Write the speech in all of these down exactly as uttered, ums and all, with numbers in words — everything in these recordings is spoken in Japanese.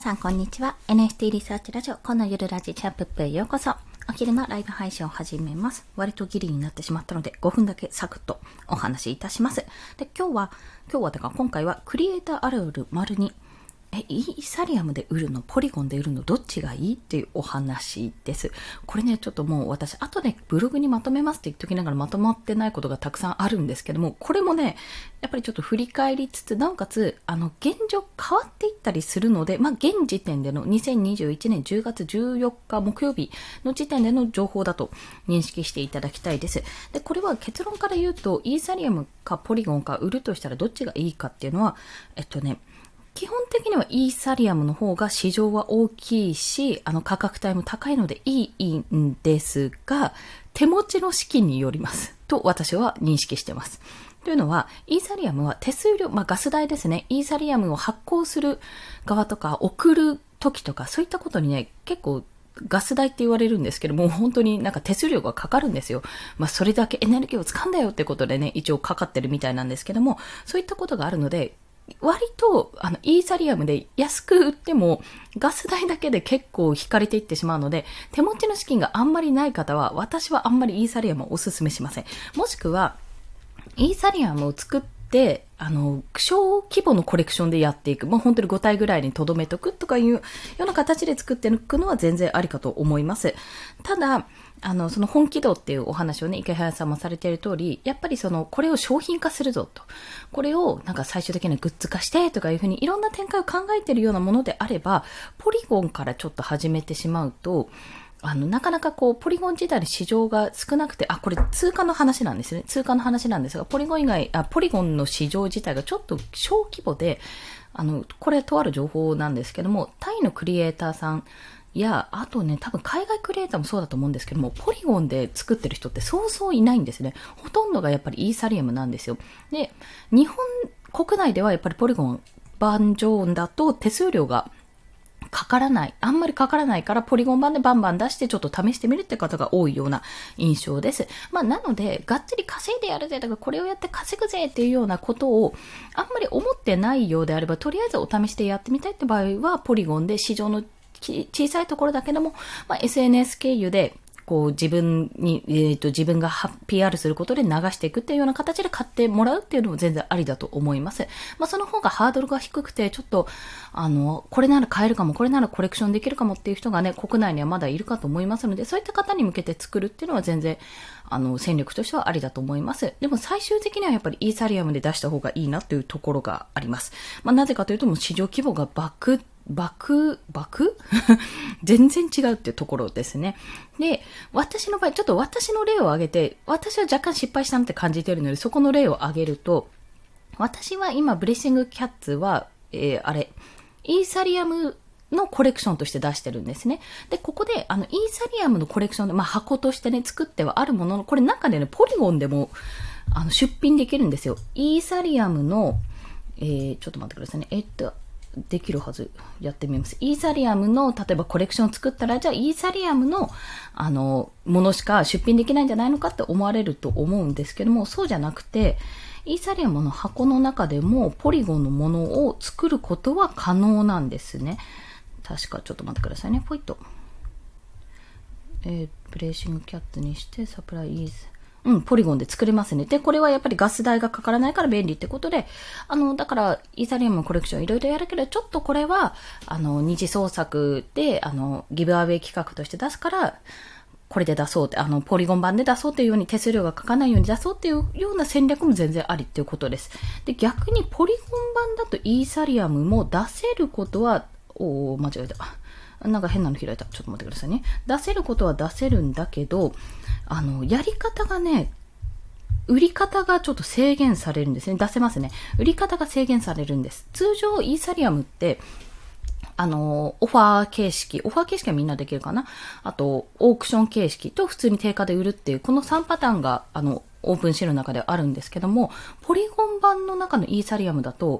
さんこんにちは。 エヌエフティー リサーチラジオこのゆるラジチャップップへようこそ。お昼のライブ配信を始めます。割とギリになってしまったのでごふんだけサクッとお話しいたします。で今日は今日はだから今回はクリエイターあるある丸にえイーサリアムで売るのポリゴンで売るのどっちがいいっていうお話です。これねちょっともう私後でブログにまとめますって言っときながらまとまってないことがたくさんあるんですけども、これもねやっぱりちょっと振り返りつつ、なおかつあの現状変わっていったりするので、まあ現時点でのにせんにじゅういちねんじゅうがつじゅうよっか木曜日の時点での情報だと認識していただきたいです。でこれは結論から言うとイーサリアムかポリゴンか売るとしたらどっちがいいかっていうのはえっとね基本的にはイーサリアムの方が市場は大きいし、あの価格帯も高いのでいいんですが、手持ちの資金によりますと私は認識しています。というのは、イーサリアムは手数料、まあガス代ですね。イーサリアムを発行する側とか送る時とかそういったことにね、結構ガス代って言われるんですけども、本当になんか手数料がかかるんですよ。まあそれだけエネルギーを使うんだよってことでね、一応かかってるみたいなんですけども、そういったことがあるので、割とあのイーサリアムで安く売ってもガス代だけで結構引かれていってしまうので、手持ちの資金があんまりない方は私はあんまりイーサリアムをおすすめしません。もしくはイーサリアムを作ってあの小規模のコレクションでやっていく、もう本当にごたいぐらいに留めとくとかいうような形で作っていくのは全然ありかと思います。ただあの、その本気度っていうお話をね、池原さんもされている通り、やっぱりその、これを商品化するぞと。これをなんか最終的にグッズ化してとかいうふうにいろんな展開を考えているようなものであれば、ポリゴンからちょっと始めてしまうと、あの、なかなかこう、ポリゴン自体に市場が少なくて、あ、これ通貨の話なんですね。通貨の話なんですが、ポリゴン以外、あ、ポリゴンの市場自体がちょっと小規模で、あの、これとある情報なんですけども、タイのクリエイターさん、いや、あとね、多分海外クリエイターもそうだと思うんですけども、ポリゴンで作ってる人ってそうそういないんですね。ほとんどがやっぱりイーサリアムなんですよ。で、日本国内ではやっぱりポリゴン版上だと手数料がかからない。あんまりかからないから、ポリゴン版でバンバン出してちょっと試してみるって方が多いような印象です。まあ、なので、がっつり稼いでやるぜとか、これをやって稼ぐぜっていうようなことを、あんまり思ってないようであれば、とりあえずお試しでやってみたいって場合は、ポリゴンで市場の小さいところだけでも、まあ、エスエヌエス 経由で、こう自分に、えーと、自分が ピーアール することで流していくっていうような形で買ってもらうっていうのも全然ありだと思います。まあその方がハードルが低くて、ちょっと、あの、これなら買えるかも、これならコレクションできるかもっていう人がね、国内にはまだいるかと思いますので、そういった方に向けて作るっていうのは全然、あの、戦略としてはありだと思います。でも最終的にはやっぱりイーサリアムで出した方がいいなというところがあります。まあなぜかというと、もう市場規模が爆爆、爆全然違うっていうところですね。で、私の場合、ちょっと私の例を挙げて、私は若干失敗したなって感じているので、そこの例を挙げると、私は今、ブレッシングキャッツは、えー、あれ、イーサリアムのコレクションとして出してるんですね。で、ここで、あの、イーサリアムのコレクションで、まあ、箱としてね、作ってはあるものの、これ中でね、ポリゴンでも、あの、出品できるんですよ。イーサリアムの、えー、ちょっと待ってくださいね。えー、っと、できるはず。やってみます。イーサリアムの、例えばコレクションを作ったら、じゃあイーサリアムの、あの、ものしか出品できないんじゃないのかって思われると思うんですけども、そうじゃなくて、イーサリアムの箱の中でも、ポリゴンのものを作ることは可能なんですね。確か、ちょっと待ってくださいね。ポイッと。えー、ブレーシングキャッツにして、サプライイーズ。うん、ポリゴンで作れますね。で、これはやっぱりガス代がかからないから便利ってことで、あの、だから、イーサリアムのコレクションいろいろやるけど、ちょっとこれは、あの、二次創作で、あの、ギブアウェイ企画として出すから、これで出そうって、あの、ポリゴン版で出そうっていうように手数料がかからないように出そうっていうような戦略も全然ありっていうことです。で、逆にポリゴン版だとイーサリアムも出せることは、おー、間違えた。なんか変なの開いた。ちょっと待ってくださいね。出せることは出せるんだけど、あの、やり方がね、売り方がちょっと制限されるんですね。出せますね。売り方が制限されるんです。通常、イーサリアムって、あの、オファー形式、オファー形式はみんなできるかな。あと、オークション形式と普通に定価で売るっていう、このさんパターンが、あの、オープンシェルの中であるんですけども、ポリゴン版の中のイーサリアムだと、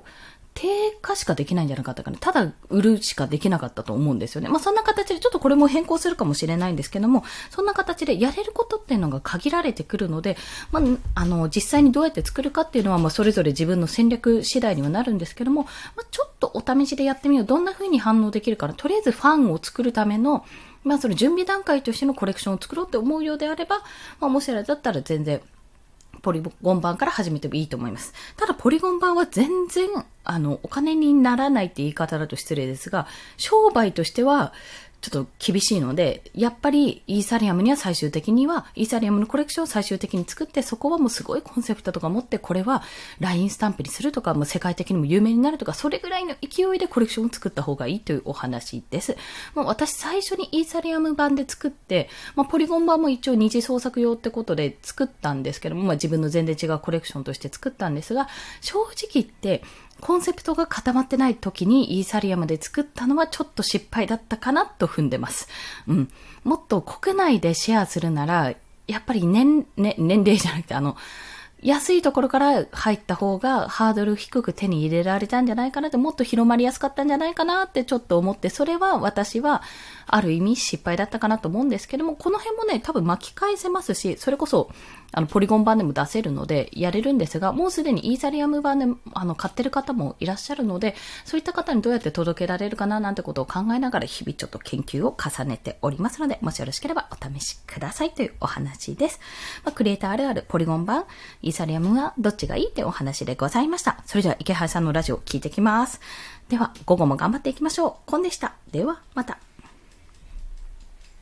定価しかできないんじゃなかったかな。ただ売るしかできなかったと思うんですよね。まあそんな形でちょっとこれも変更するかもしれないんですけども、そんな形でやれることっていうのが限られてくるので、まあ、あの、実際にどうやって作るかっていうのは、まあそれぞれ自分の戦略次第にはなるんですけども、まあちょっとお試しでやってみよう。どんな風に反応できるかな。とりあえずファンを作るための、まあその準備段階としてのコレクションを作ろうって思うようであれば、まあもしあれだったら全然、ポリゴン版から始めてもいいと思います。ただポリゴン版は全然、あの、お金にならないって言い方だと失礼ですが、商売としては、ちょっと厳しいので、やっぱりイーサリアムには最終的には、イーサリアムのコレクションを最終的に作って、そこはもうすごいコンセプトとか持って、これはラインスタンプにするとか、もう世界的にも有名になるとか、それぐらいの勢いでコレクションを作った方がいいというお話です。もう私最初にイーサリアム版で作って、まあ、ポリゴン版も一応二次創作用ってことで作ったんですけども、まあ、自分の全然違うコレクションとして作ったんですが、正直言って、コンセプトが固まってない時にイーサリアムで作ったのはちょっと失敗だったかなと踏んでます。うん。もっと国内でシェアするなら、やっぱり年、ね、年齢じゃなくて、あの、安いところから入った方がハードル低く手に入れられたんじゃないかなって、もっと広まりやすかったんじゃないかなってちょっと思って、それは私はある意味失敗だったかなと思うんですけども、この辺もね、多分巻き返せますし、それこそあのポリゴン版でも出せるのでやれるんですが、もうすでにイーサリアム版であの買ってる方もいらっしゃるので、そういった方にどうやって届けられるかななんてことを考えながら日々ちょっと研究を重ねておりますので、もしよろしければお試しくださいというお話です。まあ、クリエイターあるあるポリゴン版、イーサリアムはどっちがいいってお話でございました。それでは池原さんのラジオ聞いてきます。では午後も頑張っていきましょう。コンでした。ではまた。